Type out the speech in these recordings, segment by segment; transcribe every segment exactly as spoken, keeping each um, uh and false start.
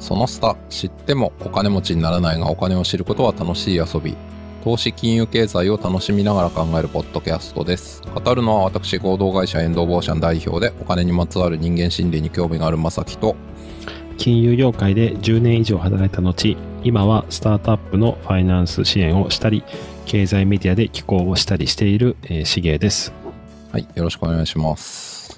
そのスタ、知ってもお金持ちにならないがお金を知ることは楽しい遊び。投資金融経済を楽しみながら考えるポッドキャストです。語るのは私、合同会社エンドボーシャン代表でお金にまつわる人間心理に興味があるまさきと、 金融業界でじゅうねん以上働いた後、今はスタートアップのファイナンス支援をしたり、経済メディアで寄稿をしたりしている、えー、しげいです。 はい、よろしくお願いします。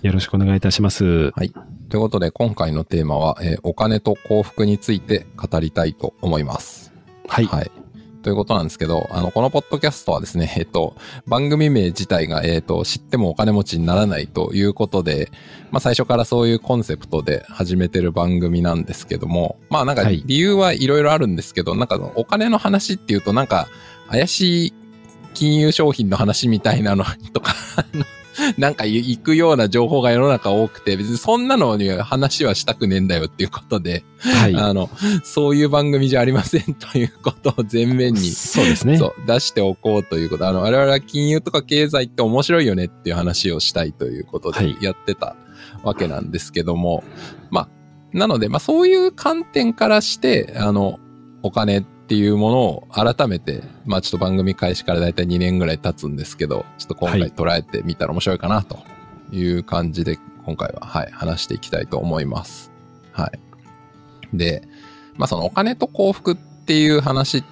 よろしくお願いいたします。 はい。ということで、今回のテーマは、えー、お金と幸福について語りたいと思います。 はい。 はい。ということなんですけど、あの、このポッドキャストはですね、えっと、番組名自体が、えっと、知ってもお金持ちにならないということで、まあ最初からそういうコンセプトで始めてる番組なんですけども、まあなんか理由はいろいろあるんですけど、はい、なんかお金の話っていうとなんか怪しい金融商品の話みたいなのとか、なんか行くような情報が世の中多くて、別にそんなのに話はしたくねえんだよっていうことで、はい、あの、そういう番組じゃありませんということを前面に、 そうですね。 そう、出しておこうということ。あの、我々は金融とか経済って面白いよねっていう話をしたいということでやってたわけなんですけども、はい、まあ、なので、まあそういう観点からして、あの、お金っていうものを改めて、まあちょっと番組開始からだいたいにねんぐらい経つんですけど、ちょっと今回捉えてみたら面白いかなという感じで、今回は、はい、話していきたいと思います。はい。で、まあそのお金と幸福っていう話って、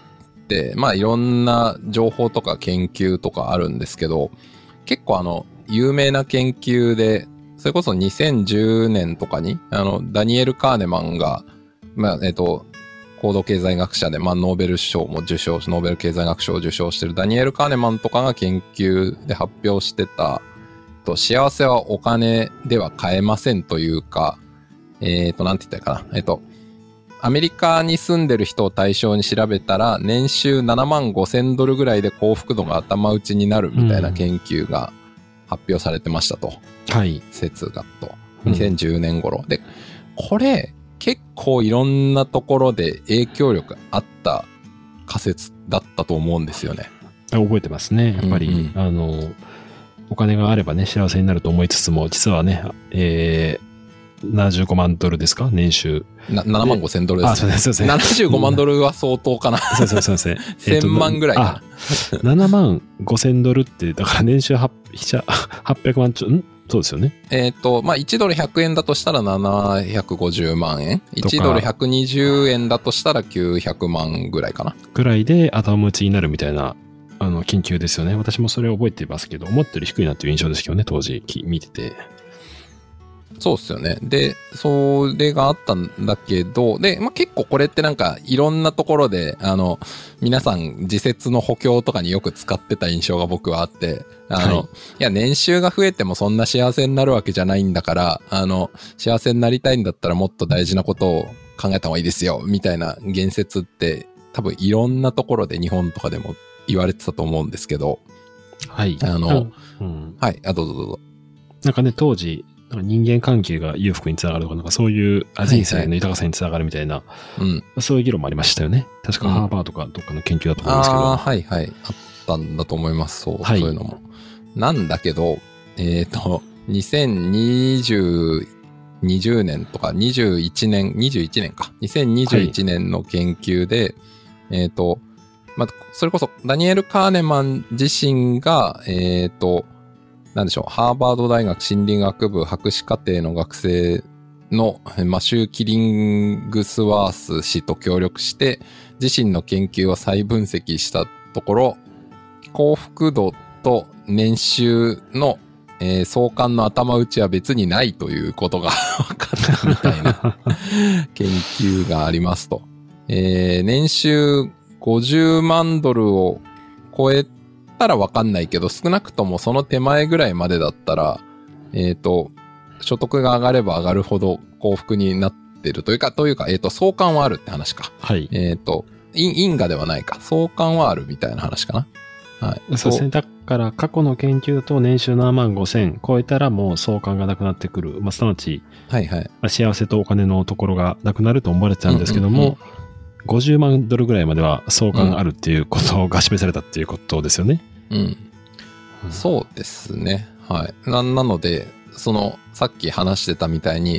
まあいろんな情報とか研究とかあるんですけど、結構あの、有名な研究で、それこそにせんじゅうねんとかに、あの、ダニエル・カーネマンが、まあ、えっと、高度経済学者で、まあ、ノーベル賞も受賞し、ノーベル経済学賞を受賞しているダニエル・カーネマンとかが研究で発表してた、と幸せはお金では買えませんというか、えっと、なんて言ったらいいかな。えっと、アメリカに住んでる人を対象に調べたら、年収ななまんごせんドルぐらいで幸福度が頭打ちになるみたいな研究が発表されてましたと。 はい。 説がと。にせんじゅうねん頃。で、これ、結構いろんなところで影響力あった仮説だったと思うんですよね。 覚えてますね。やっぱり、うんうん、あの、お金があればね、幸せになると思いつつも、実はね、えー、ななじゅうごまんドルですか年収。 な、ななまんごせんドルです、ね。 あ、そうです、そうです。 ななじゅうごまんドルは相当かな。 そうそうそうそう。 せんまんぐらいかな。ななまんごせんドルって、だから年収はっぴゃくまんちょ、んそうですよね。 えっと、まあ、いちドルひゃくえんだとしたらななひゃくごじゅうまんえん。いちドルひゃくにじゅうえんだとしたらきゅうひゃくまんぐらいかな。 ぐらいで頭打ちになるみたいな、あの、研究ですよね。私もそれを覚えてますけど、思ったより低いなっていう印象ですけどね、当時見てて。 そうっすよね。で、それがあったんだけど、で、まあ、結構これってなんかいろんなところで、あの、皆さん自説の補強とかによく使ってた印象が僕はあって、あの、はい、いや、年収が増えてもそんな幸せになるわけじゃないんだから、あの、幸せになりたいんだったらもっと大事なことを考えた方がいいですよ、みたいな言説って多分いろんなところで日本とかでも言われてたと思うんですけど、 はい。 あの、うん、はい、あ、どうぞどうぞ。 なんかね、当時、人間関係が裕福につながるとか、なんかそういう人生の豊かさにつながるみたいな、はいはい、うん、そういう議論もありましたよね。確かハーバードとかどっかの研究だと思いますけど。 うん、ああ、はいはい。あったんだと思います。そう、はい、そういうのも。なんだけど、えっと、にせんにじゅう、にじゅうねんとかにじゅういちねん、にじゅういちねんか。にせんにじゅういちねんの研究で、はい、えっと、まあ、それこそダニエル・カーネマン自身が、えっと、なんでしょう、ハーバード大学心理学部博士課程の学生の、まあ、シュー・キリングスワース氏と協力して、自身の研究を再分析したところ、幸福度と年収の、えー、相関の頭打ちは別にないということが分かったみたいな研究がありますと。えー、年収ごじゅうまんドルを超えたらわかんないけど、少なくともその手前ぐらいまでだったら、えっと、所得が上がれば上がるほど幸福になってるというか、というか、えっと、相関はあるって話か。 はい。 えっと、因果ではないか。相関はあるみたいな話かな。はい。 そうですね。だから過去の研究だと年収ななまんごせん超えたらもう相関がなくなってくる。まあ、すなわち、 はいはい。 幸せとお金のところがなくなると思われてたんですけども、うんうんうん、ごじゅうまんドルぐらいまでは相関があるっていうことが示されたっていうことですよね。 うん。うん、そうですね。はい。な、なので、その、さっき話してたみたいに、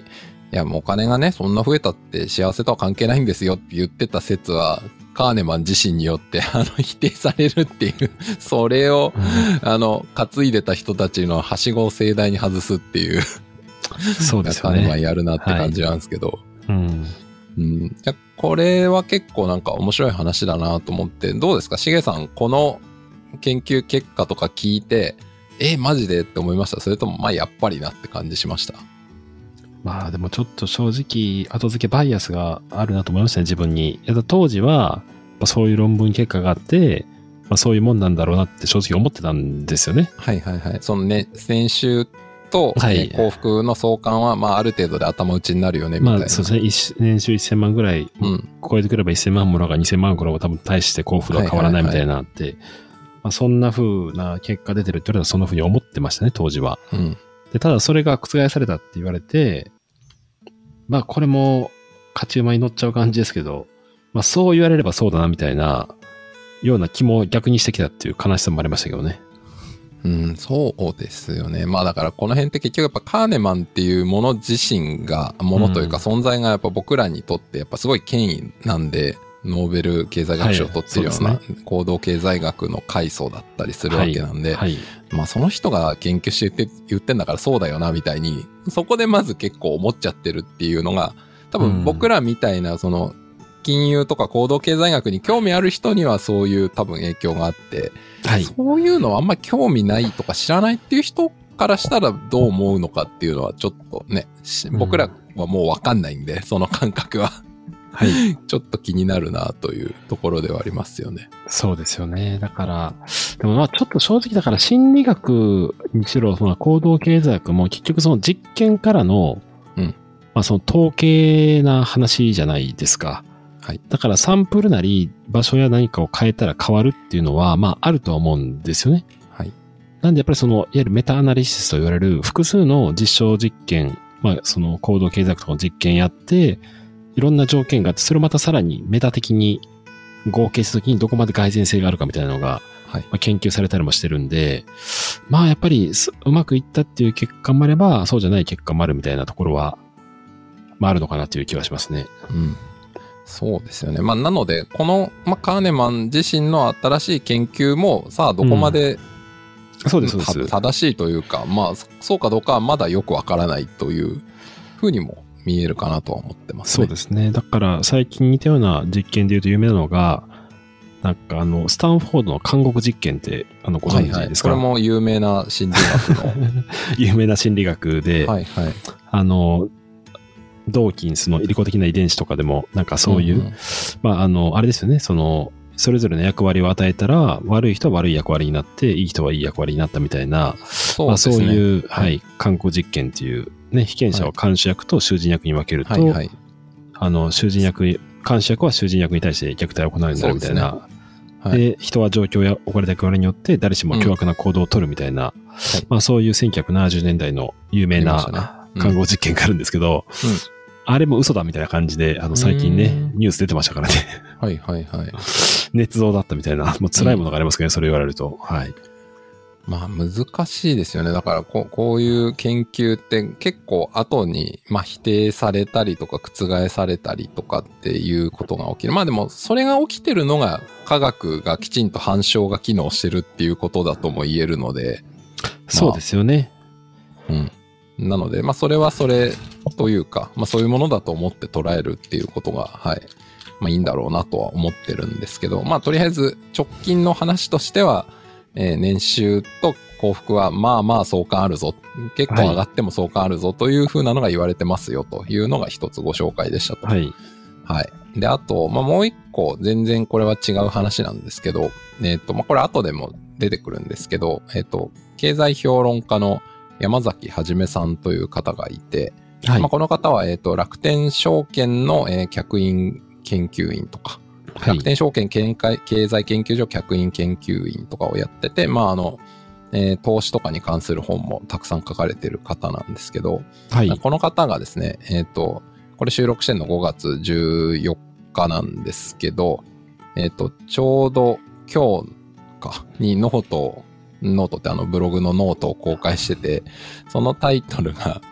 いや、もうお金がね、そんな増えたって幸せとは関係ないんですよって言ってた説は、カーネマン自身によって、あの、否定されるっていう、それを、うん、あの、担いでた人たちのはしごを盛大に外すっていう、 そうですよね。 カーネマンやるなって感じなんですけど。はい、 うん。 うん。じゃ、これは結構なんか面白い話だなと思って、どうですか？しげさん、この研究結果とか聞いて、え、マジでって思いました？それとも、まあ、やっぱりなって感じしました？ まあでもちょっと正直後付けバイアスがあるなと思いましたね、自分に。やっぱ当時はそういう論文結果があって、まあ、そういうもんなんだろうなって正直思ってたんですよね。 はいはいはい。そのね、先週と、はい、幸福の相関はまあある程度で頭打ちになるよねみたいな。 まあそうですね。年収いっせんまんぐらい超えてくればいっせんまんもらがにせんまんもらが多分大して幸福度は変わらないみたいなって、はいはいはい、まあ、そんな風な結果出てるって言われたらそんな風に思ってましたね、当時は。 うん、 でただそれが覆されたって言われて、まあこれも勝ち馬に乗っちゃう感じですけど、まあそう言われればそうだなみたいなような気も逆にしてきたっていう悲しさもありましたけどね。 うん、そうですよね。まあだからこの辺って結局やっぱカーネマンっていうもの自身が、ものというか存在がやっぱ僕らにとってやっぱすごい権威なんで、ノーベル経済学賞を取ってるような行動経済学の階層だったりするわけなんで、はいはい、まあその人が研究して言って、言ってんだからそうだよなみたいに、そこでまず結構思っちゃってるっていうのが、多分僕らみたいなその金融とか行動経済学に興味ある人にはそういう多分影響があって、はい、そういうのはあんまり興味ないとか知らないっていう人からしたらどう思うのかっていうのはちょっとね、僕らはもうわかんないんで、その感覚は。はい。ちょっと気になるなというところではありますよね。 そうですよね。だから、でもまあちょっと正直だから心理学にしろ、その行動経済学も結局その実験からの、うん、まあその統計な話じゃないですか。はい。だからサンプルなり場所や何かを変えたら変わるっていうのは、まああるとは思うんですよね。はい。なんでやっぱりその、いわゆるメタアナリシスと言われる複数の実証実験、まあその行動経済学とかの実験やって、いろんな条件があって、それをまたさらにメタ的に合計したときにどこまで蓋然性があるかみたいなのが、はい、まあ、研究されたりもしてるんで、まあやっぱりうまくいったっていう結果もあれば、そうじゃない結果もあるみたいなところは、まああるのかなという気はしますね。 うん。そうですよね。まあなので、この、まあ、カーネマン自身の新しい研究も、さあどこまで、 うん、そうですそうです。 正しいというか、まあそうかどうかはまだよくわからないというふうにも見えるかなとは思ってますね。そうですね。だから最近似たような実験で言うと有名なのが、なんかあの、スタンフォードの監獄実験って、あの、ご存知ですか？ はいはい、これも有名な心理学の。 有名な心理学で、はいはい、あの、ドーキンスのイリコ的な遺伝子とかでも、なんかそういう、うんうん、まああの、あれですよね、その、それぞれの役割を与えたら、悪い人は悪い役割になって、いい人はいい役割になったみたいな、そう、ね、まあ、そういう、はい、監獄実験っていう、ね、被験者を監視役と囚人役に分けると、はいはいはい、あの、囚人役、監視役は囚人役に対して虐待を行うようになるみたいな。で、ねはい、で、人は状況や置かれた役割によって誰しも凶悪な行動を取るみたいな、うんまあそういうせんきゅうひゃくななじゅうねんだいの有名な看護実験があるんですけど、うんうん、あれも嘘だみたいな感じで、あの最近ね、ニュース出てましたからね。 はいはいはい。 捏造だったみたいな、もう辛いものがありますけどね、うん、それ言われると。はい。 まあ難しいですよね。だからこう、こういう研究って結構後に、まあ否定されたりとか覆されたりとかっていうことが起きる。まあでもそれが起きてるのが科学がきちんと反証が機能してるっていうことだとも言えるので。 まあ、そうですよね。 うん。なので、まあそれはそれというか、まあそういうものだと思って捉えるっていうことが、はい。まあいいんだろうなとは思ってるんですけど、まあとりあえず直近の話としては、えー、年収と幸福はまあまあ相関あるぞ。結構上がっても相関あるぞという風なのが言われてますよというのが一つご紹介でしたと。はい。はい。で、あと、まあもう一個全然これは違う話なんですけど、えっと、まあこれ後でも出てくるんですけど、えっと、経済評論家の山崎はじめさんという方がいて、はい、まあこの方は、えっと、楽天証券の、えー、客員研究員とか、はい、楽天証券経済研究所客員研究員とかをやってて、まああの、えー、投資とかに関する本もたくさん書かれてる方なんですけど、はい、この方がですね、えっと、これ収録してるのごがつじゅうよっかなんですけど、えっと、ちょうど今日かにノート、ノートってあのブログのノートを公開してて、そのタイトルが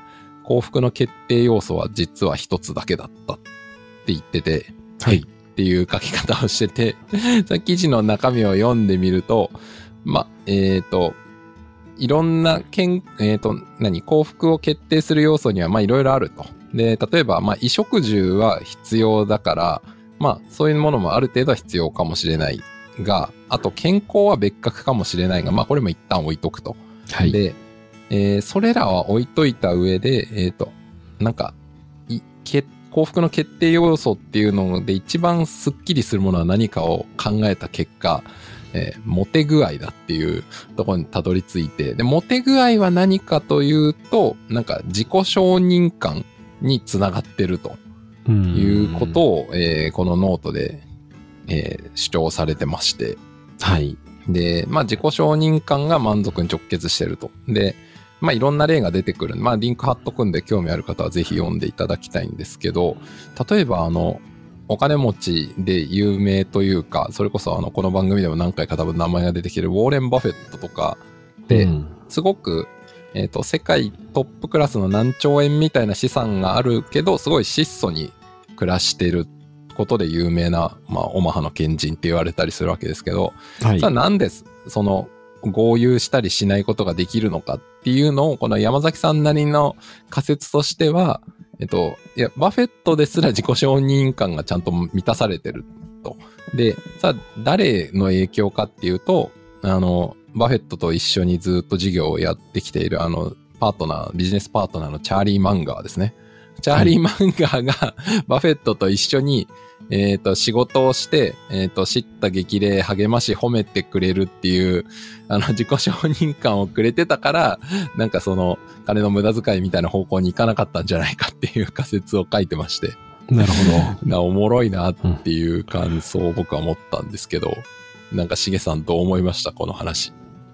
幸福の決定要素は実は一つだけだったって言ってて、 はい。 っていう書き方をしてて、その記事の中身を読んでみると、ま、えっと、いろんな、けん、えっと、何、幸福を決定する要素には、ま、いろいろあると。で、例えば、ま、衣食住は必要だから、まあ、そういうものもある程度は必要かもしれないが、あと健康は別格かもしれないが、まあ、これも一旦置いとくと。 はい。 で、えー、それらは置いといた上で、えっと、なんか、い、け、幸福の決定要素っていうので一番スッキリするものは何かを考えた結果、えー、モテ具合だっていうところにたどり着いて、で、モテ具合は何かというと、なんか自己承認感につながってるということを、えー、このノートで、えー、主張されてまして。 はい。 で、まあ自己承認感が満足に直結してると。で、まあいろんな例が出てくる。まあリンク貼っとくんで興味ある方はぜひ読んでいただきたいんですけど、例えばあの、お金持ちで有名というか、それこそあの、この番組でも何回か多分名前が出てきてるウォーレン・バフェットとかで、うん、すごく、えっと、世界トップクラスの何兆円みたいな資産があるけど、すごい質素に暮らしてることで有名な、まあ、オマハの賢人って言われたりするわけですけど、はい、それはなんです、その、豪遊したりしないことができるのかっていうのを、この山崎さんなりの仮説としては、えっと、いや、バフェットですら自己承認感がちゃんと満たされてると。で、さあ、誰の影響かっていうと、あの、バフェットと一緒にずっと事業をやってきている、あの、パートナー、ビジネスパートナーのチャーリー・マンガーですね。チャーリー・マンガーが、はい、バフェットと一緒に、えっと、仕事をして、えっと、叱咤激励、励まし、褒めてくれるっていう、あの、自己承認感をくれてたから、なんかその、金の無駄遣いみたいな方向に行かなかったんじゃないかっていう仮説を書いてまして。 なるほど。 なおもろいなっていう感想を僕は思ったんですけど、なんかしげさんどう思いましたこの話。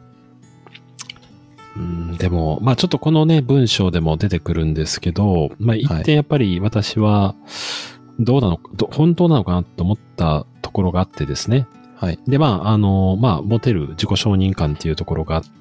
うん、でも、まあちょっとこのね、文章でも出てくるんですけど、まあ一点やっぱり私は、どうなのか、本当なのかなと思ったところがあってですね。 はい。 で、まあ、あの、まあ、持てる自己承認感っていうところがあって、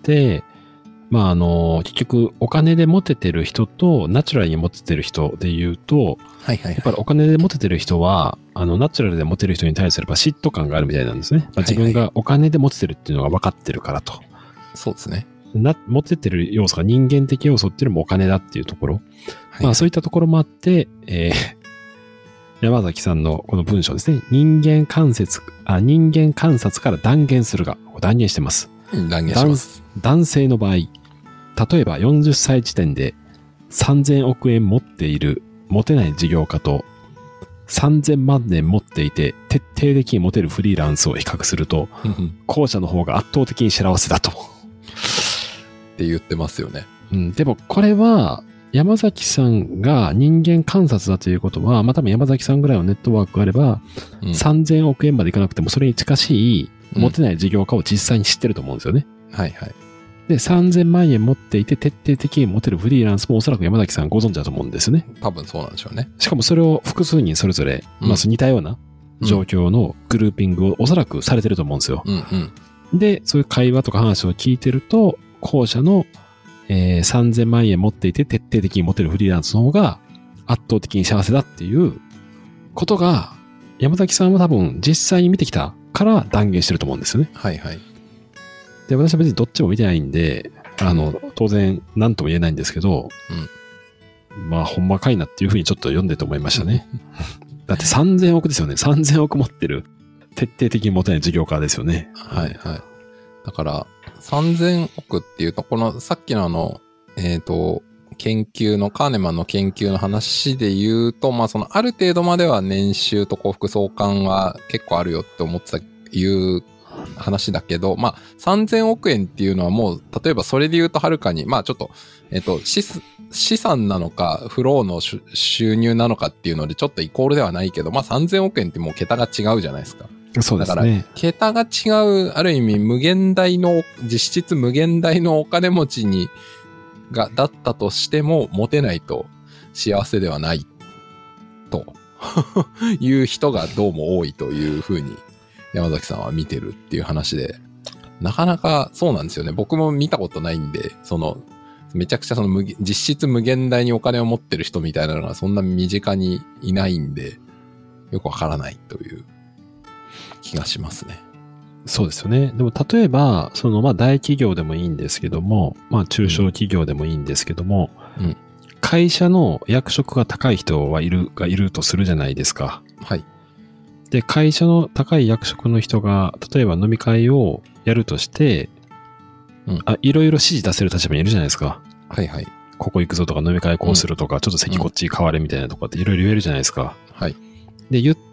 まあ、あの、結局、お金で持ててる人と、ナチュラルに持ててる人で言うと、 はいはいはい、 やっぱりお金で持ててる人は、あの、ナチュラルで持てる人に対すれば嫉妬感があるみたいなんですね。まあ、自分がお金で持ててるっていうのが分かってるからと。 そうですね。 な、持ててる要素が人間的要素っていうのもお金だっていうところ。はいはい、まあ、そういったところもあって、えー山崎さんのこの文章ですね。人間観察、あ、人間観察から断言するが、断言してます。 うん、断言します。 男性の場合、例えばよんじゅっさい時点でさんぜんおくえん持っている持てない事業家とさんぜんまんねん持っていて徹底的に持てるフリーランスを比較すると、後者の方が圧倒的に幸せだと。 って言ってますよね。 うん、でもこれは、山崎さんが人間観察だということは、まあ多分山崎さんぐらいのネットワークがあれば、うん、さんぜんおくえんまでいかなくてもそれに近しい持てない事業家を実際に知ってると思うんですよね。 うん、はいはい。 で、さんぜんまんえん持っていて徹底的に持てるフリーランスもおそらく山崎さんご存知だと思うんですよね。 多分そうなんでしょうね。 しかもそれを複数人それぞれ、うん、まあ似たような状況のグルーピングをおそらくされてると思うんですよ。 うんうん、 で、そういう会話とか話を聞いてると、後者のえー、さんぜんまんえん持っていて徹底的に持てるフリーランスの方が圧倒的に幸せだっていうことが山崎さんは多分実際に見てきたから断言してると思うんですよね。 はいはい。 で、私は別にどっちも見てないんで、あの、当然何とも言えないんですけど、うん、まあほんまかいなっていうふうにちょっと読んでて思いましたね。だってさんぜんおくですよね。さんぜんおく持ってる徹底的に持てない事業家ですよね。 はいはい。だから、さんぜんおくっていうと、このさっきのあの、えっと、研究の、カーネマンの研究の話で言うと、まあそのある程度までは年収と幸福相関は結構あるよって思ってた、いう話だけど、まあさんぜんおくえんっていうのはもう、例えばそれで言うとはるかに、まあちょっと、えっと、資、資産なのか、フローの収入なのかっていうのでちょっとイコールではないけど、まあさんぜんおくえんってもう桁が違うじゃないですか。 そうですね。 だから、桁が違う、ある意味無限大の、実質無限大のお金持ちに、が、だったとしても、持てないと幸せではない、という人がどうも多いというふうに、山崎さんは見てるっていう話で、なかなかそうなんですよね。僕も見たことないんで、その、 めちゃくちゃその無実質無限大にお金を持ってる人みたいなのがそんな身近にいないんで、よくわからないという気がしますね。 そうですよね。でも例えば、そのまあ大企業でもいいんですけども、まあ中小企業でもいいんですけども、うん、会社の役職が高い人はいる、がいるとするじゃないですか。 はい。 で、会社の高い役職の人が、例えば飲み会をやるとして、うん、あ、いろいろ指示出せる立場にいるじゃないですか。 はいはい。 ここ行くぞとか飲み会こうするとか、うん、ちょっと席こっち変われみたいなとかっていろいろ言えるじゃないですか。 はい。 で、言って、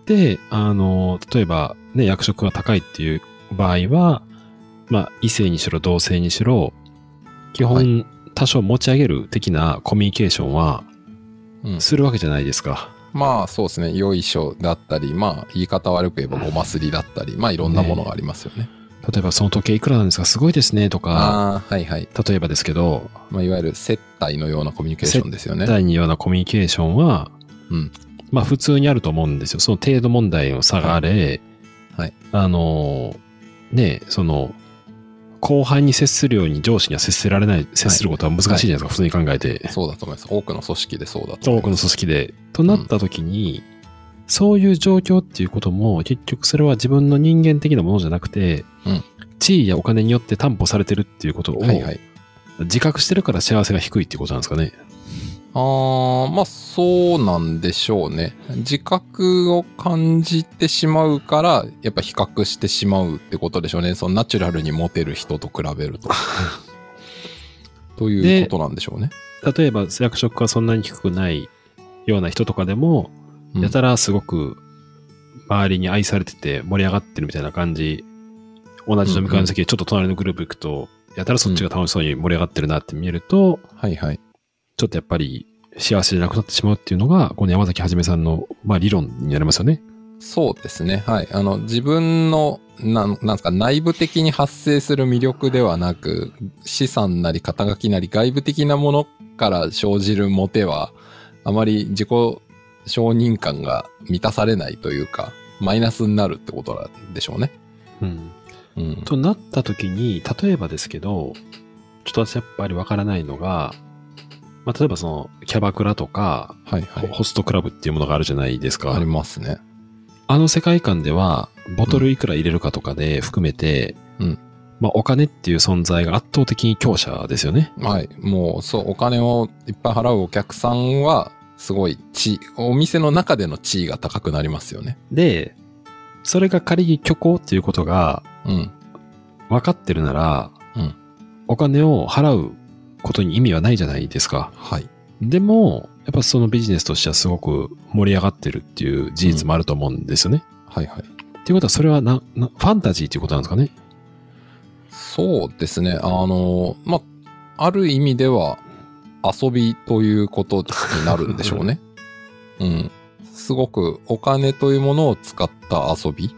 あの、例えばね、役職が高いっていう場合は、まあ、異性にしろ同性にしろ、基本、はい多少持ち上げる的なコミュニケーションはするわけじゃないですか。 うん、まあそうですね。よいしょだったり、まあ言い方悪く言えばごますりだったり、まあいろんなものがありますよね。ね例えばその時計いくらなんですかすごいですねとか、 あはいはい。 例えばですけど、 まあいわゆる接待のようなコミュニケーションですよね。 接待のようなコミュニケーションは、うん、まあ普通にあると思うんですよ。その程度問題の差があれ、 はい。はい、 あのねその後輩に接するように上司には接せられない、接することは難しいじゃないですか、はい、普通に考えて。 そうだと思います。多くの組織でそうだと思います。多くの組織で。となった時に、うん、そういう状況っていうことも、結局それは自分の人間的なものじゃなくて、うん、地位やお金によって担保されてるっていうことを、はいはい、自覚してるから幸せが低いっていうことなんですかね。 ああ、まあそうなんでしょうね。自覚を感じてしまうから、やっぱ比較してしまうってことでしょうね。そのナチュラルにモテる人と比べると。ということなんでしょうね。 例えば役職がそんなに低くないような人とかでも、うん、やたらすごく周りに愛されてて盛り上がってるみたいな感じ、同じ飲み会の席でちょっと隣のグループ行くと、やたらそっちが楽しそうに盛り上がってるなって見えると、 うん、はいはい。 ちょっとやっぱり幸せじゃなくなってしまうっていうのが、この山崎はじめさんの、まあ、理論になりますよね。 そうですね。はい。あの、自分の、なん、なんですか、内部的に発生する魅力ではなく、資産なり肩書きなり外部的なものから生じるモテは、あまり自己承認感が満たされないというか、マイナスになるってことなんでしょうね。 うん。うん、となった時に、例えばですけど、ちょっと私やっぱりわからないのが、まあ、例えばそのキャバクラとか、はいはい、ホストクラブっていうものがあるじゃないですか。 ありますね。 あの世界観ではボトルいくら入れるかとかで含めて、うん、まあお金っていう存在が圧倒的に強者ですよね。 はい。もうそう、お金をいっぱい払うお客さんはすごい地、お店の中での地位が高くなりますよね。 で、それが仮に虚構っていうことが分かってるなら、うん、お金を払うことに意味はないじゃないですか。 はい。 でも、やっぱそのビジネスとしてはすごく盛り上がってるっていう事実もあると思うんですよね。 うん、はいはい。 っていうことはそれはな、な、ファンタジーっていうことなんですかね。 そうですね。あの、ま、ある意味では遊びということになるんでしょうね。うん。すごくお金というものを使った遊び。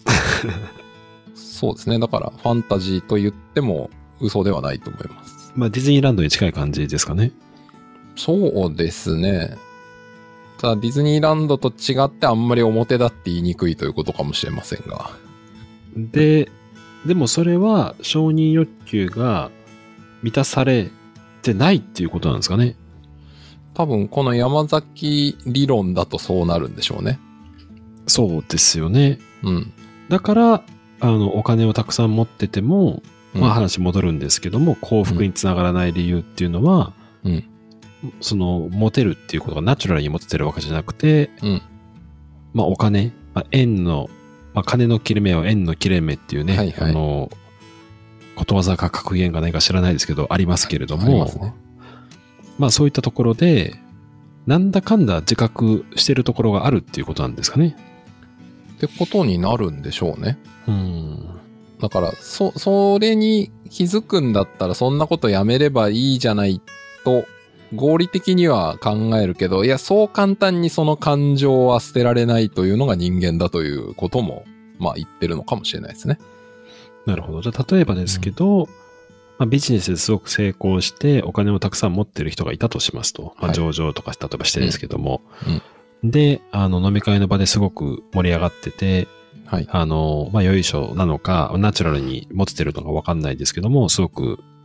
そうですね。だからファンタジーと言っても嘘ではないと思います。 まあディズニーランドに近い感じですかね。 そうですね。ただディズニーランドと違ってあんまり表立って言いにくいということかもしれませんが。 で、でもそれは承認欲求が満たされてないっていうことなんですかね。 多分この山崎理論だとそうなるんでしょうね。 そうですよね。 うん。 だから、あの、お金をたくさん持ってても、まあ話戻るんですけども、うん、幸福につながらない理由っていうのは、うん、その、モテるっていうことがナチュラルにモテてるわけじゃなくて、うん、まあお金、まあ、円の、まあ金の切れ目は円の切れ目っていうね、はいはい、あの、ことわざか格言が何か知らないですけど、ありますけれども、ありますね。まあそういったところで、なんだかんだ自覚してるところがあるっていうことなんですかね。 ってことになるんでしょうね。 うん。 だから、そ、それに気づくんだったらそんなことやめればいいじゃないと合理的には考えるけど、いや、そう簡単にその感情は捨てられないというのが人間だということも、まあ言ってるのかもしれないですね。 なるほど。じゃあ例えばですけど、うんまあ、ビジネスですごく成功してお金をたくさん持ってる人がいたとしますと。まあ、上場とか例えばしてですけども。 うんうん、で、あの飲み会の場ですごく盛り上がってて、 はい、 あの、まあ、よいしょなのか、ナチュラルに持ててるのかわかんないですけども、すごく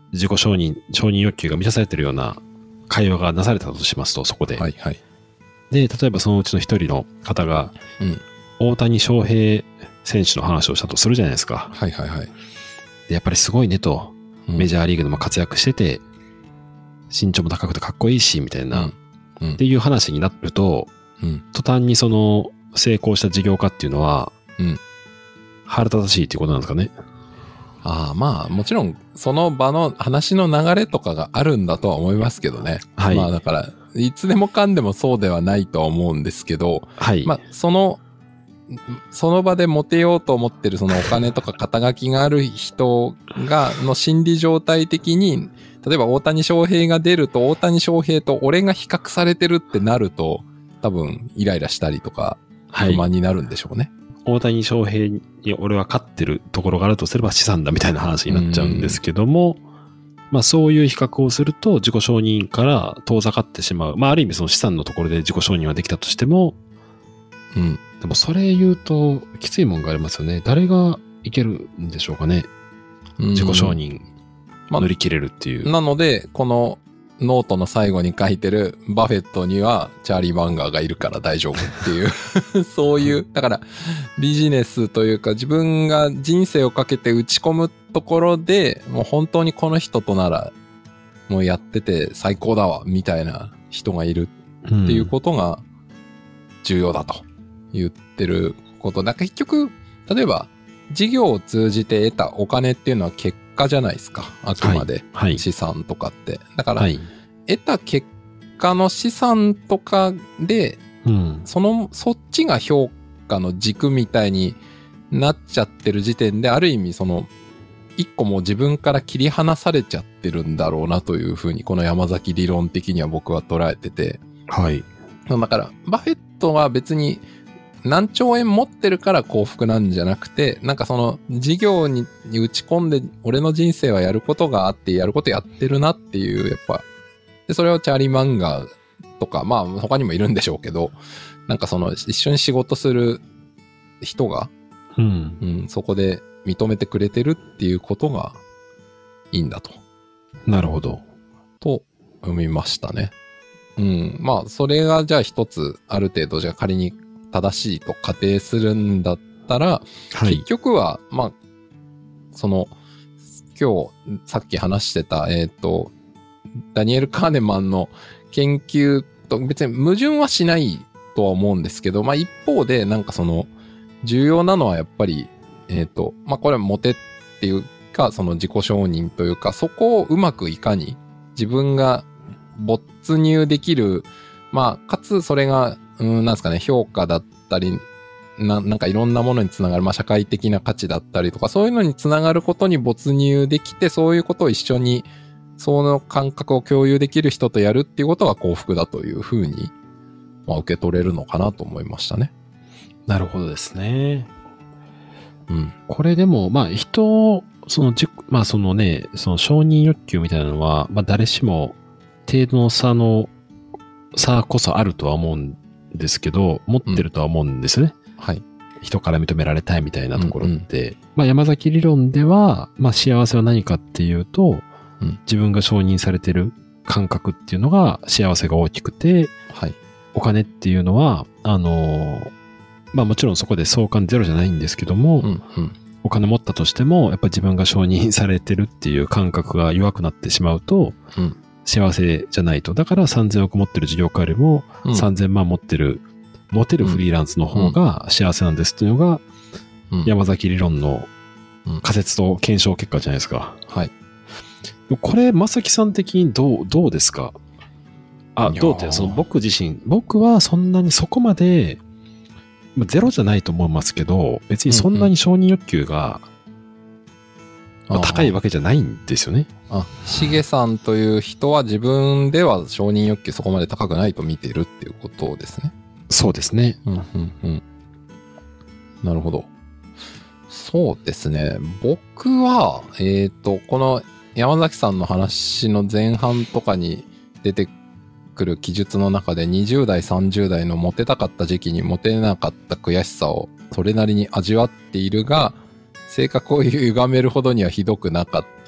自己承認、承認欲求が満たされているような会話がなされたとしますと、そこで。 はいはい。 で、例えばそのうちの一人の方が、うん、大谷翔平選手の話をしたとするじゃないですか。 はいはいはい。 で、やっぱりすごいねと、うん、メジャーリーグでも活躍してて、身長も高くてかっこいいし、みたいな、うんうん、っていう話になると、うん、途端にその成功した事業家っていうのは、うん、腹立たしいっていうことなんですかね。 ああ、まあもちろんその場の話の流れとかがあるんだとは思いますけどね。はい。まあだからいつでもかんでもそうではないとは思うんですけど、はい。まあそのその場でモテようと思ってるそのお金とか肩書きがある人がの心理状態的に、例えば大谷翔平が出ると大谷翔平と俺が比較されてるってなると多分イライラしたりとか不満になるんでしょうね。 はい、大谷翔平に俺は勝ってるところがあるとすれば資産だみたいな話になっちゃうんですけども、まあそういう比較をすると自己承認から遠ざかってしまう。まあある意味その資産のところで自己承認はできたとしても、うん。でもそれ言うときついもんがありますよね。誰がいけるんでしょうかね。自己承認乗り切れるっていう。 まあ、なので、このノートの最後に書いてるバフェットにはチャーリー・マンガーがいるから大丈夫っていうそういう、だからビジネスというか自分が人生をかけて打ち込むところでもう本当にこの人とならもうやってて最高だわみたいな人がいるっていうことが重要だと言ってること。だから結局、例えば事業を通じて得たお金っていうのは結果じゃないですか。あくまで資産とかって。はいはい、だから、はい、得た結果の資産とかで、うん、その、そっちが評価の軸みたいになっちゃってる時点で、ある意味その、一個もう自分から切り離されちゃってるんだろうなというふうに、この山崎理論的には僕は捉えてて。はい。だから、バフェットは別に、何兆円持ってるから幸福なんじゃなくて、なんかその事業に打ち込んで俺の人生はやることがあってやることやってるなっていう、やっぱ。で、それをチャーリー・マンガーとか、まあ他にもいるんでしょうけど、なんかその一緒に仕事する人が、うん、うん、そこで認めてくれてるっていうことがいいんだと。 なるほど。 と読みましたね。うん。まあそれがじゃあ一つある程度じゃあ仮に正しいと仮定するんだったら、はい、結局は、まあ、その、今日さっき話してた、えっと、ダニエル・カーネマンの研究と別に矛盾はしないとは思うんですけど、まあ一方でなんかその、重要なのはやっぱり、えっと、まあこれはモテっていうか、その自己承認というか、そこをうまくいかに自分が没入できる、まあ、かつそれが、うん、なんですかね、評価だったり、な、なんかいろんなものにつながる、まあ社会的な価値だったりとか、そういうのにつながることに没入できて、そういうことを一緒に、その感覚を共有できる人とやるっていうことが幸福だというふうに、まあ受け取れるのかなと思いましたね。 なるほどですね。うん。これでも、まあ人、そのじ、まあそのね、その承認欲求みたいなのは、まあ誰しも程度の差の、差こそあるとは思うんですけど、持ってるとは思うんですね。うん、はい。人から認められたいみたいなところって、うんうん、まあ山崎理論では、まあ幸せは何かっていうと、うん、自分が承認されてる感覚っていうのが幸せが大きくて、はい。お金っていうのは、あのー、まあもちろんそこで相関ゼロじゃないんですけども、うんうん、お金持ったとしても、やっぱ自分が承認されてるっていう感覚が弱くなってしまうと、うん、幸せじゃないと。だからさんぜんおく持ってる事業家よりも、さんぜんまん持ってる、持てるフリーランスの方が幸せなんですっていうのが、うん、山崎理論の仮説と検証結果じゃないですか。はい。これ、正木さん的にどう、どうですか？あ、どうって、その僕自身、僕はそんなにそこまで、ゼロじゃないと思いますけど、別にそんなに承認欲求が、まあ、高いわけじゃないんですよね。 あ、しげさんという人は自分では承認欲求そこまで高くないと見ているっていうことですね。 そうですね。 うんうんうん。なるほど。そうですね。僕は、えっと、この山崎さんの話の前半とかに出てくる記述の中でにじゅう代、さんじゅう代のモテたかった時期にモテなかった悔しさをそれなりに味わっているが、性格を歪めるほどにはひどくなかっ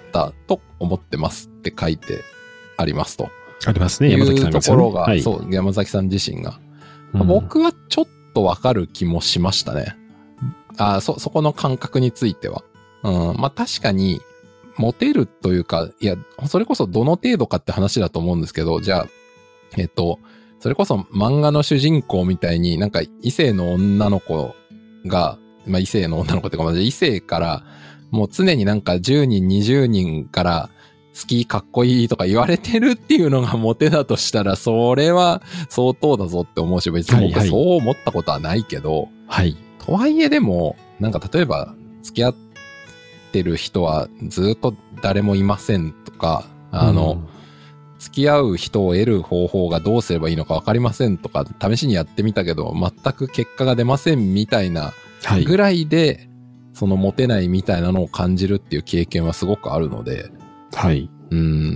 ったと思ってますって書いてありますと。 ありますね、山崎さんが、 いうところが、 はい、 そう、山崎さん自身が。うん、僕はちょっとわかる気もしましたね。あ、そ、そこの感覚については。うん、まあ確かに、モテるというか、いや、それこそどの程度かって話だと思うんですけど、じゃあ、えっと、それこそ漫画の主人公みたいになんか異性の女の子が、まあ異性の女の子っていうか、異性からもう常になんかじゅうにん、にじゅうにんから好き、かっこいいとか言われてるっていうのがモテだとしたら、それは相当だぞって思うし、別に僕そう思ったことはないけど、 はい。 とはいえでも、なんか例えば付き合ってる人はずっと誰もいませんとか、あの、うん付き合う人を得る方法がどうすればいいのか分かりませんとか、試しにやってみたけど、全く結果が出ませんみたいなぐらいで、はい、そのモテないみたいなのを感じるっていう経験はすごくあるので、 はい。 うん、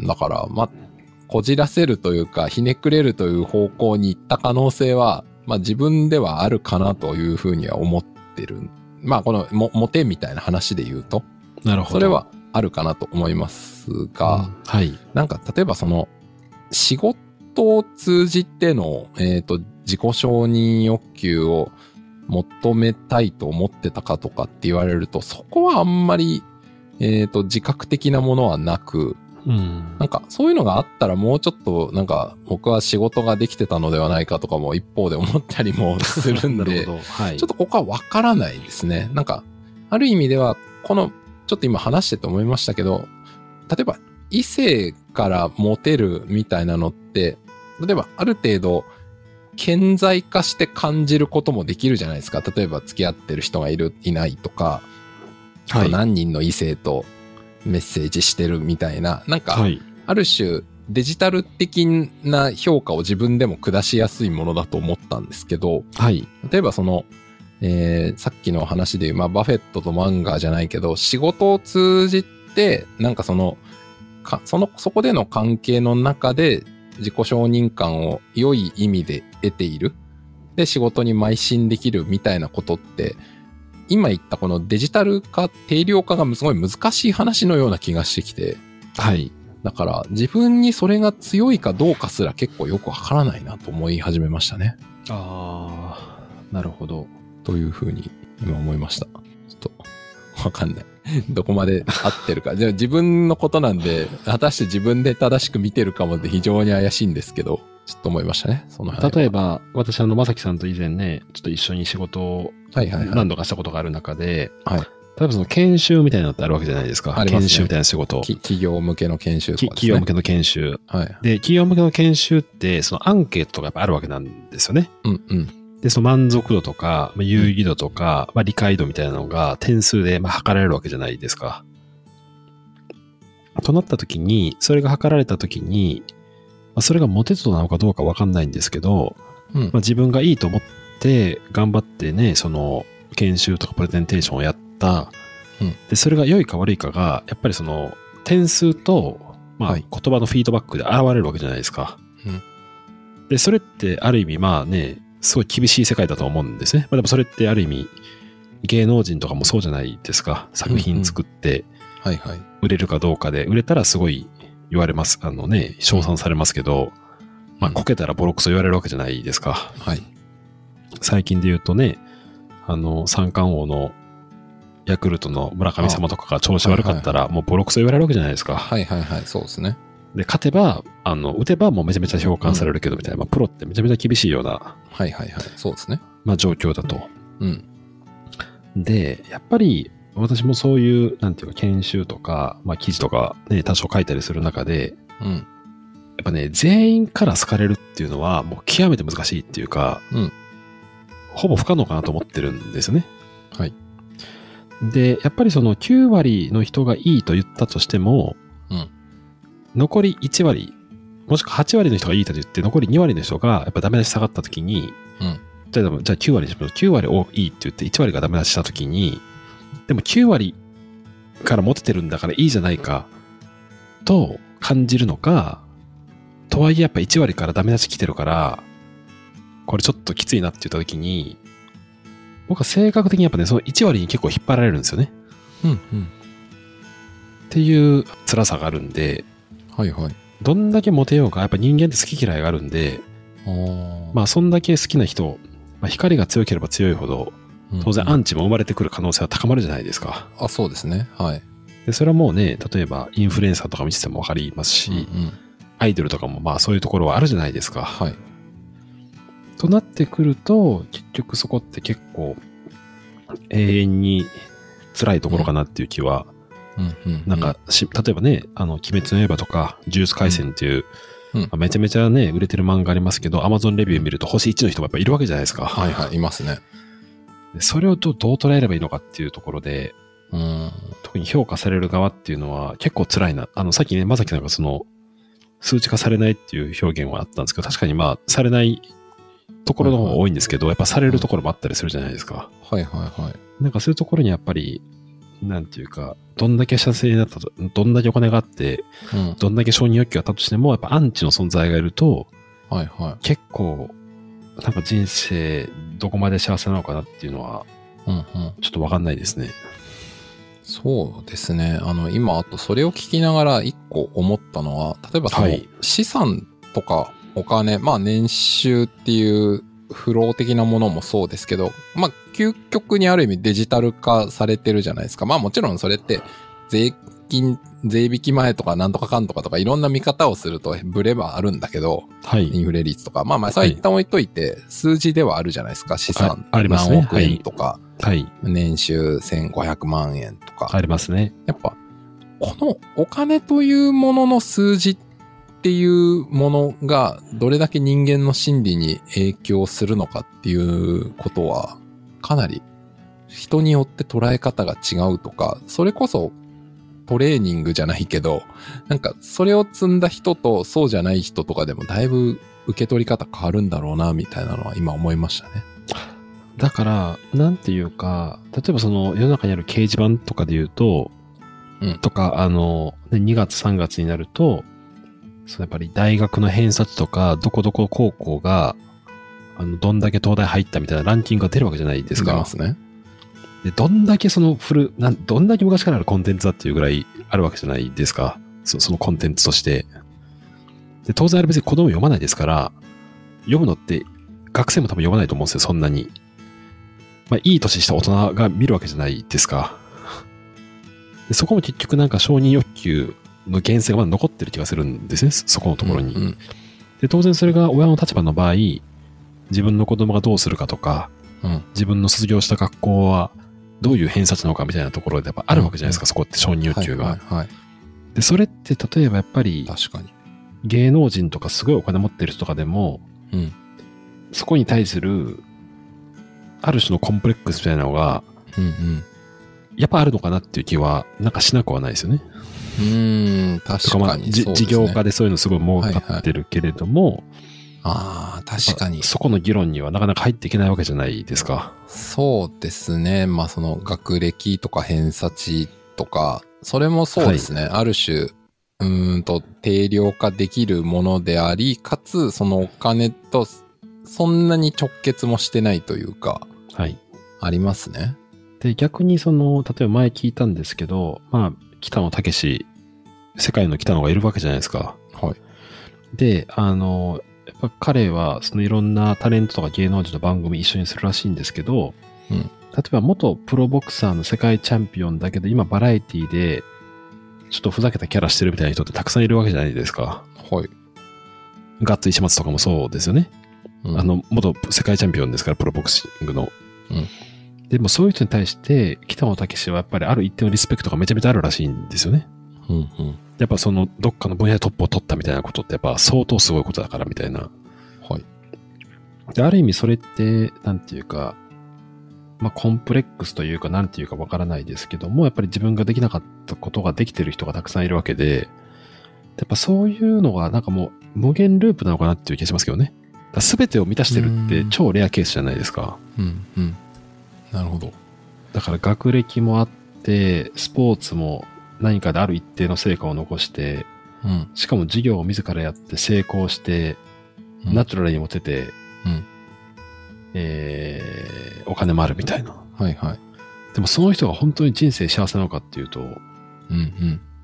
だから、まあ、こじらせるというか、ひねくれるという方向に行った可能性は、まあ自分ではあるかなというふうには思ってる。まあこのモ、モテみたいな話で言うと、 なるほど。 それはあるかなと思いますが、うん、 はい。 なんか例えばその仕事を通じての、えっと、自己承認欲求を求めたいと思ってたかとかって言われると、そこはあんまり、えっと、自覚的なものはなく、うん、なんかそういうのがあったらもうちょっとなんか僕は仕事ができてたのではないかとかも一方で思ったりもするんで、はい、ちょっとここはわからないですね。なんかある意味ではこのちょっと今話してて思いましたけど、例えば異性からモテるみたいなのって、例えばある程度顕在化して感じることもできるじゃないですか。例えば付き合ってる人がいる、いないとか、はい、あと何人の異性とメッセージしてるみたいな、なんか、ある種デジタル的な評価を自分でも下しやすいものだと思ったんですけど、はい、例えばその、えー、さっきの話でいう、まあ、バフェットとマンガーじゃないけど、仕事を通じて、なんかその、かその、そこでの関係の中で自己承認感を良い意味で得ている。で、仕事に邁進できるみたいなことって、今言ったこのデジタル化、定量化がすごい難しい話のような気がしてきて。はい。だから自分にそれが強いかどうかすら結構よくわからないなと思い始めましたね。 ああ、なるほど。 というふうに今思いました。ちょっとわかんない。どこまで合ってるか。じゃあ自分のことなんで、果たして自分で正しく見てるかもで非常に怪しいんですけど、ちょっと思いましたね。その辺。 例えば、私あの、まさきさんと以前ね、ちょっと一緒に仕事を何度かしたことがある中で、はいはいはい、例えばその研修みたいなのってあるわけじゃないですか。ありますね。研修みたいな仕事。 企業向けの研修とかですね。 企業向けの研修。はい。で、企業向けの研修って、そのアンケートとかやっぱあるわけなんですよね。うんうん。で、その満足度とか、有意義度とか、まあ、理解度みたいなのが点数でまあ測られるわけじゃないですか。となった時に、それが測られた時に、まあ、それがモテ度なのかどうかわかんないんですけど、うんまあ、自分がいいと思って頑張ってね、その研修とかプレゼンテーションをやった。うん、で、それが良いか悪いかが、やっぱりその点数と、まあ、言葉のフィードバックで現れるわけじゃないですか。うん、で、それってある意味まあね、すごい厳しい世界だと思うんですね。まあ、でもそれってある意味、芸能人とかもそうじゃないですか。作品作って、はいはい、売れるかどうかで、売れたらすごい言われます。あのね、称賛されますけど、うん、まあ、こけたらボロクソ言われるわけじゃないですか。はい。最近で言うとね、あの、三冠王のヤクルトの村上様とかが調子悪かったら、もうボロクソ言われるわけじゃないですか。 はいはいはい、そうですね。 で、勝てば、あの、打てばもうめちゃめちゃ評価されるけど、みたいな、うん、まあ、プロってめちゃめちゃ厳しいような。 はいはいはい、そうですね。 まあ、状況だと。うん。で、やっぱり、私もそういう、なんていうか、研修とか、まあ、記事とかね、多少書いたりする中で、うん。やっぱね、全員から好かれるっていうのは、もう極めて難しいっていうか、うん。ほぼ不可能かなと思ってるんですよね。はい。で、やっぱりそのきゅう割の人がいいと言ったとしても、うん。残りいち割、もしくははち割の人がいいと言って、残りに割の人がやっぱダメ出し下がった時に、うん。じゃあ、じゃあきゅう割にしましょう。きゅう割をいいって言っていち割がダメ出しした時に、でもきゅう割からモテてるんだからいいじゃないかと感じるのか、とはいえやっぱいち割からダメ出し来てるから、これちょっときついなって言った時に、僕は性格的にやっぱね、そのいち割に結構引っ張られるんですよね。うんうん。 っていう辛さがあるんで、 はいはい。 どんだけモテようか、やっぱ人間って好き嫌いがあるんで、まあそんだけ好きな人、まあ、光が強ければ強いほど、当然アンチも生まれてくる可能性は高まるじゃないですか。 あ、そうですね。はい。 で、それはもうね、例えばインフルエンサーとか見ててもわかりますし、 うんうん、 アイドルとかもまあそういうところはあるじゃないですか。 はい。 となってくると、結局そこって結構永遠に辛いところかなっていう気は、 うんうんうん、 なんかし、例えばね、あの、鬼滅の刃とか、呪術廻戦っていう、うんうん、めちゃめちゃね、売れてる漫画ありますけど、Amazon レビュー見ると星いちの人もやっぱいるわけじゃないですか。 はいはい、いますね。 それをどう捉えればいいのかっていうところで、 うん、 特に評価される側っていうのは結構辛いな。あの、さっきね、まさきさんがその、数値化されないっていう表現はあったんですけど、確かにまあ、されないところの方が多いんですけど、はいはい、やっぱされるところもあったりするじゃないですか。 うん、はいはいはい。 なんかそういうところにやっぱり、なんていうか、どんだけ社製だったと、どんだけお金があって、うん、どんだけ承認欲求があったとしても、やっぱアンチの存在がいると、 はいはい、 結構、なんか人生どこまで幸せなのかなっていうのは、うんうん、ちょっとわかんないですね。 そうですね。あの、今、あとそれを聞きながら一個思ったのは、例えばその資産とかお金、はい、まあ年収っていう不労的なものもそうですけど、まあ究極にある意味デジタル化されてるじゃないですか。まあもちろんそれって税金、税引き前とかなんとかかんとかとかいろんな見方をするとブレはあるんだけど、はい、インフレ率とか、まあまあそういった置いといて数字ではあるじゃないですか。資産何億円とか。 はい。 年収せんごひゃくまんえんとか。 ありますね。 やっぱ、このお金というものの数字っていうものがどれだけ人間の心理に影響するのかっていうことは、かなり人によって捉え方が違うとか、それこそトレーニングじゃないけど、なんかそれを積んだ人とそうじゃない人とかでもだいぶ受け取り方変わるんだろうな、みたいなのは今思いましたね。 だから、なんていうか、例えばその世の中にある掲示板とかで言うと、うん、とか、あの、にがつさんがつになると、そのやっぱり大学の偏差値とか、どこどこ高校が、あの、どんだけ東大入ったみたいなランキングが出るわけじゃないですか。 出ますね。 で、どんだけその古、なん、どんだけ昔からあるコンテンツだっていうぐらいあるわけじゃないですか。そ, そのコンテンツとして。で、当然あれ別に子供読まないですから、読むのって学生も多分読まないと思うんですよ、そんなに。まあ、いい年した大人が見るわけじゃないですか。でそこも結局なんか承認欲求の源泉がまだ残ってる気がするんですね、そこのところに。うんうん、で当然それが親の立場の場合、自分の子供がどうするかとか、うん、自分の卒業した学校はどういう偏差値なのかみたいなところでやっぱあるわけじゃないですか、うんうん、そこって承認欲求が、はいはいはい。で、それって例えばやっぱり、 確かに芸能人とかすごいお金持ってる人とかでも、うん、そこに対するある種のコンプレックスみたいなのが、うんうん、やっぱあるのかなっていう気は、なんかしなくはないですよね。 うーん、確かに、まあね。事業家でそういうのすごい儲かってるけれども、はいはい、 ああ、確かに。 そこの議論にはなかなか入っていけないわけじゃないですか。 そうですね。まあその学歴とか偏差値とか、それもそうですね。はい、ある種、うーんと定量化できるものであり、かつそのお金とそんなに直結もしてないというか、 はい。 ありますね。 で、逆にその、例えば前聞いたんですけど、まあ、北野武、世界の北野がいるわけじゃないですか。 はい。 で、あの、やっぱ彼は、そのいろんなタレントとか芸能人の番組一緒にするらしいんですけど、うん、例えば元プロボクサーの世界チャンピオンだけど、今バラエティで、ちょっとふざけたキャラしてるみたいな人ってたくさんいるわけじゃないですか。 はい。 ガッツ石松とかもそうですよね。うん、あの、元世界チャンピオンですから、プロボクシングの。うん、でもそういう人に対して、北野武はやっぱりある一定のリスペクトがめちゃめちゃあるらしいんですよね。うんうん、やっぱその、どっかの分野でトップを取ったみたいなことってやっぱ相当すごいことだからみたいな。 はい。 で、ある意味それって、なんていうか、まあコンプレックスというか、なんていうかわからないですけども、やっぱり自分ができなかったことができてる人がたくさんいるわけで、やっぱそういうのがなんかもう無限ループなのかなっていう気がしますけどね。すべてを満たしてるって超レアケースじゃないですか。 うんうん。なるほど。 だから学歴もあって、スポーツも何かである一定の成果を残して、うん、しかも事業を自らやって成功して、うん、ナチュラルにモテて、うん、えー、お金もあるみたいな。 はいはい。 でもその人が本当に人生幸せなのかっていうと、うんうん、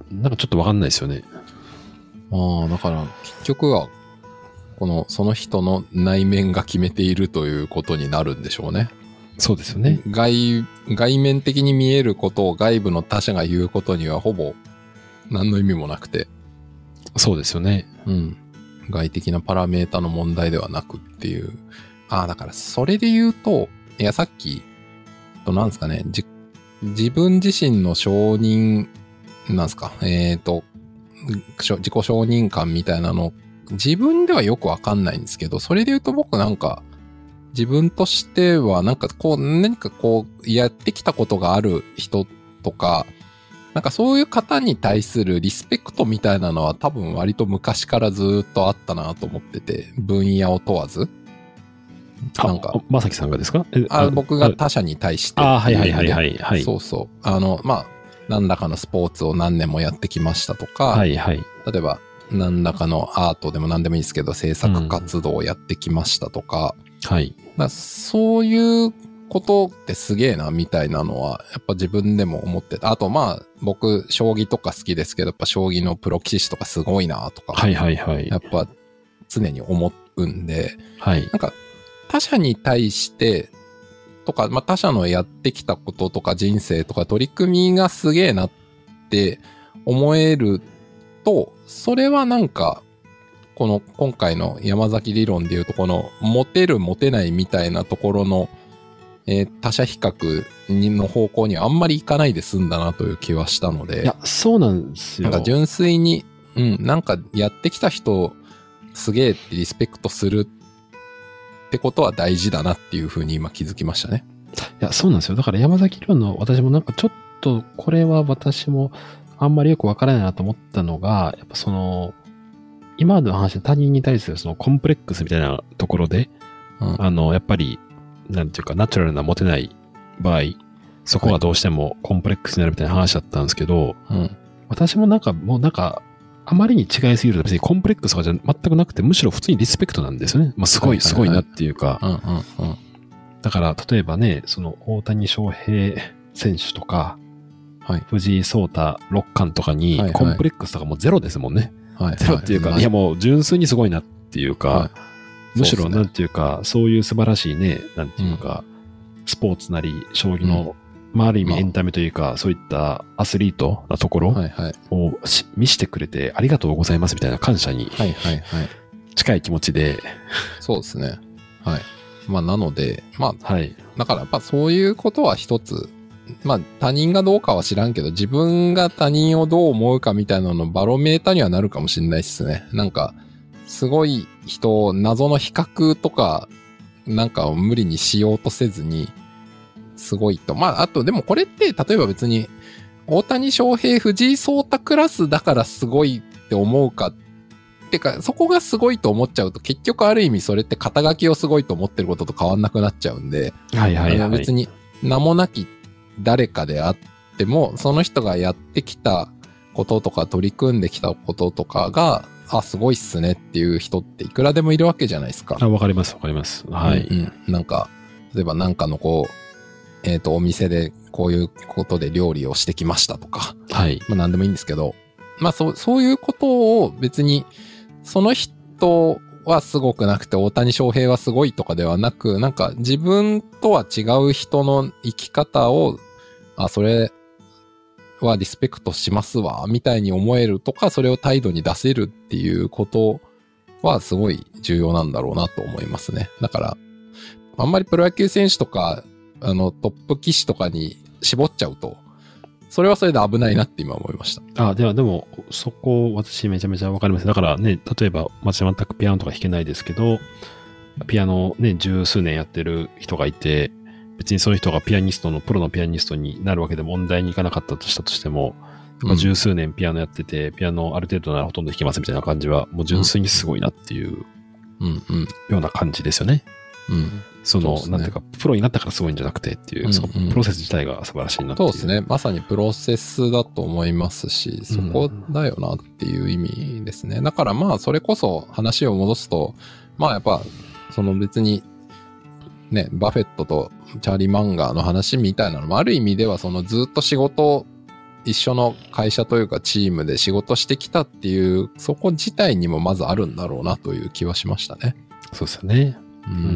なんかちょっとわかんないですよね。 まあ、だから結局は、この、その人の内面が決めているということになるんでしょうね。 そうですよね。 外、外面的に見えることを外部の他者が言うことにはほぼ何の意味もなくて。 そうですよね。 うん。外的なパラメータの問題ではなくっていう。ああ、だからそれで言うと、いやさっき、となんですかね、じ、自分自身の承認、なんですか、えっと、自己承認感みたいなの、自分ではよくわかんないんですけど、それで言うと僕なんか、自分としてはなんかこう、何かこう、やってきたことがある人とか、なんかそういう方に対するリスペクトみたいなのは多分割と昔からずっとあったなと思ってて、分野を問わず。 なんか。まさきさんがですか？ あ、僕が他者に対して。 あ、はいはいはいはい、はい。 そうそう。あの、まあ、何らかのスポーツを何年もやってきましたとか、 はいはい。 例えば何らかのアートでも何でもいいですけど、制作活動をやってきましたとか、 うん、はい。 まあ、そういうことってすげえなみたいなのはやっぱ自分でも思ってた。あとまあ僕将棋とか好きですけど、やっぱ将棋のプロ棋士とかすごいなとか、 はいはいはい。 やっぱ常に思うんで、 はい。 なんか他者に対してとか、まあ他者のやってきたこととか人生とか取り組みがすげえなって思えると、それはなんかこの今回の山崎理論でいうとこのモテるモテないみたいなところの、えー、他者比較の方向にはあんまりいかないで済んだなという気はしたので。 いや、そうなんですよ。 なんか純粋に、うん、なんかやってきた人すげえってリスペクトするってことは大事だなっていうふうに今気づきましたね。 いや、そうなんですよ。だから山崎理論の私もなんかちょっとこれは私もあんまりよくわからないなと思ったのが、やっぱその、今までの話で他人に対するそのコンプレックスみたいなところで、うん、あの、やっぱり、なんていうか、ナチュラルなモテない場合、そこがどうしてもコンプレックスになるみたいな話だったんですけど、はい、うん、私もなんか、もうなんか、あまりに違いすぎると別にコンプレックスとかじゃ全くなくて、むしろ普通にリスペクトなんですよね。まあ、すごい、すごいなっていうか。だから、例えばね、その大谷翔平選手とか、はい、藤井聡太六冠とかに、コンプレックスとかもゼロですもんね。はいはい、ゼロっていうか、はい、いやもう純粋にすごいなっていうか、はい、むしろなんていうか、そういう素晴らしいね、なんていうか、うん、スポーツなり、将棋の、うん、まあある意味エンタメというか、まあ、そういったアスリートなところを見してくれてありがとうございますみたいな感謝に近い気持ちで。 そうですね。はい。まあなので、まあ、はい、だからやっぱそういうことは一つ、まあ他人がどうかは知らんけど、自分が他人をどう思うかみたいなのバロメーターにはなるかもしれないですね。なんか、すごい人、謎の比較とか、なんかを無理にしようとせずに、すごいと。まあ、あとでもこれって、例えば別に、大谷翔平、藤井聡太クラスだからすごいって思うか、ってか、そこがすごいと思っちゃうと、結局ある意味それって肩書きをすごいと思ってることと変わんなくなっちゃうんで、 はいはいはい。 別に名もなき誰かであっても、その人がやってきたこととか取り組んできたこととかが、あ、すごいっすねっていう人っていくらでもいるわけじゃないですか。 あ、わかりますわかります。はい。 うん、うん。なんか、例えばなんかのこう、えっと、お店でこういうことで料理をしてきましたとか。 はい。 まあ何でもいいんですけど、まあそう、そういうことを別に、その人はすごくなくて大谷翔平はすごいとかではなく、なんか自分とは違う人の生き方を、あ、それはリスペクトしますわ、みたいに思えるとか、それを態度に出せるっていうことはすごい重要なんだろうなと思いますね。だから、あんまりプロ野球選手とか、あの、トップ棋士とかに絞っちゃうと、それはそれで危ないなって今思いました。 あ、ではでも、そこ私めちゃめちゃわかります。だからね、例えば、私全くピアノとか弾けないですけど、ピアノね、十数年やってる人がいて、別にその人がピアニストの、プロのピアニストになるわけで問題にいかなかったとしたとしても、うん、十数年ピアノやってて、ピアノある程度ならほとんど弾けますみたいな感じは、もう純粋にすごいなっていう、 うんうん、 ような感じですよね。 うん。 その、そね、なんていうか、プロになったからすごいんじゃなくてっていう、うんうん、そのプロセス自体が素晴らしいなっていう。 そうですね。まさにプロセスだと思いますし、そこだよなっていう意味ですね。だからまあ、それこそ話を戻すと、まあやっぱ、その別に、ね、バフェットとチャーリー・マンガーの話みたいなのもある意味ではそのずっと仕事一緒の会社というかチームで仕事してきたっていう、そこ自体にもまずあるんだろうなという気はしましたね。 そうですよね。 うん。うん、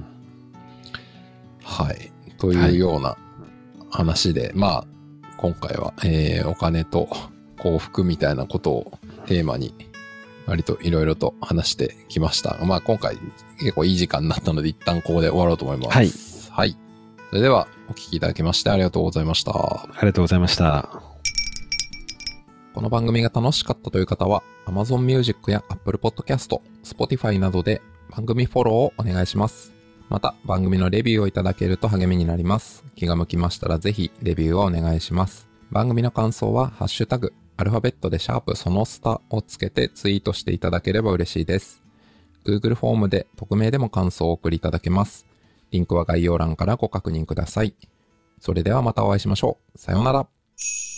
はい。というような話で、はい、まあ、今回は、えー、お金と幸福みたいなことをテーマに割といろいろと話してきました。まあ今回結構いい時間になったので一旦ここで終わろうと思います。 はい。 はい。それではお聞きいただきましてありがとうございました。 ありがとうございました。 この番組が楽しかったという方は Amazon Music や Apple Podcast、Spotify などで番組フォローをお願いします。また番組のレビューをいただけると励みになります。気が向きましたらぜひレビューをお願いします。番組の感想はハッシュタグアルファベットでシャープそのスタをつけてツイートしていただければ嬉しいです。Google フォームで匿名でも感想をお送りいただけます。リンクは概要欄からご確認ください。それではまたお会いしましょう。さようなら。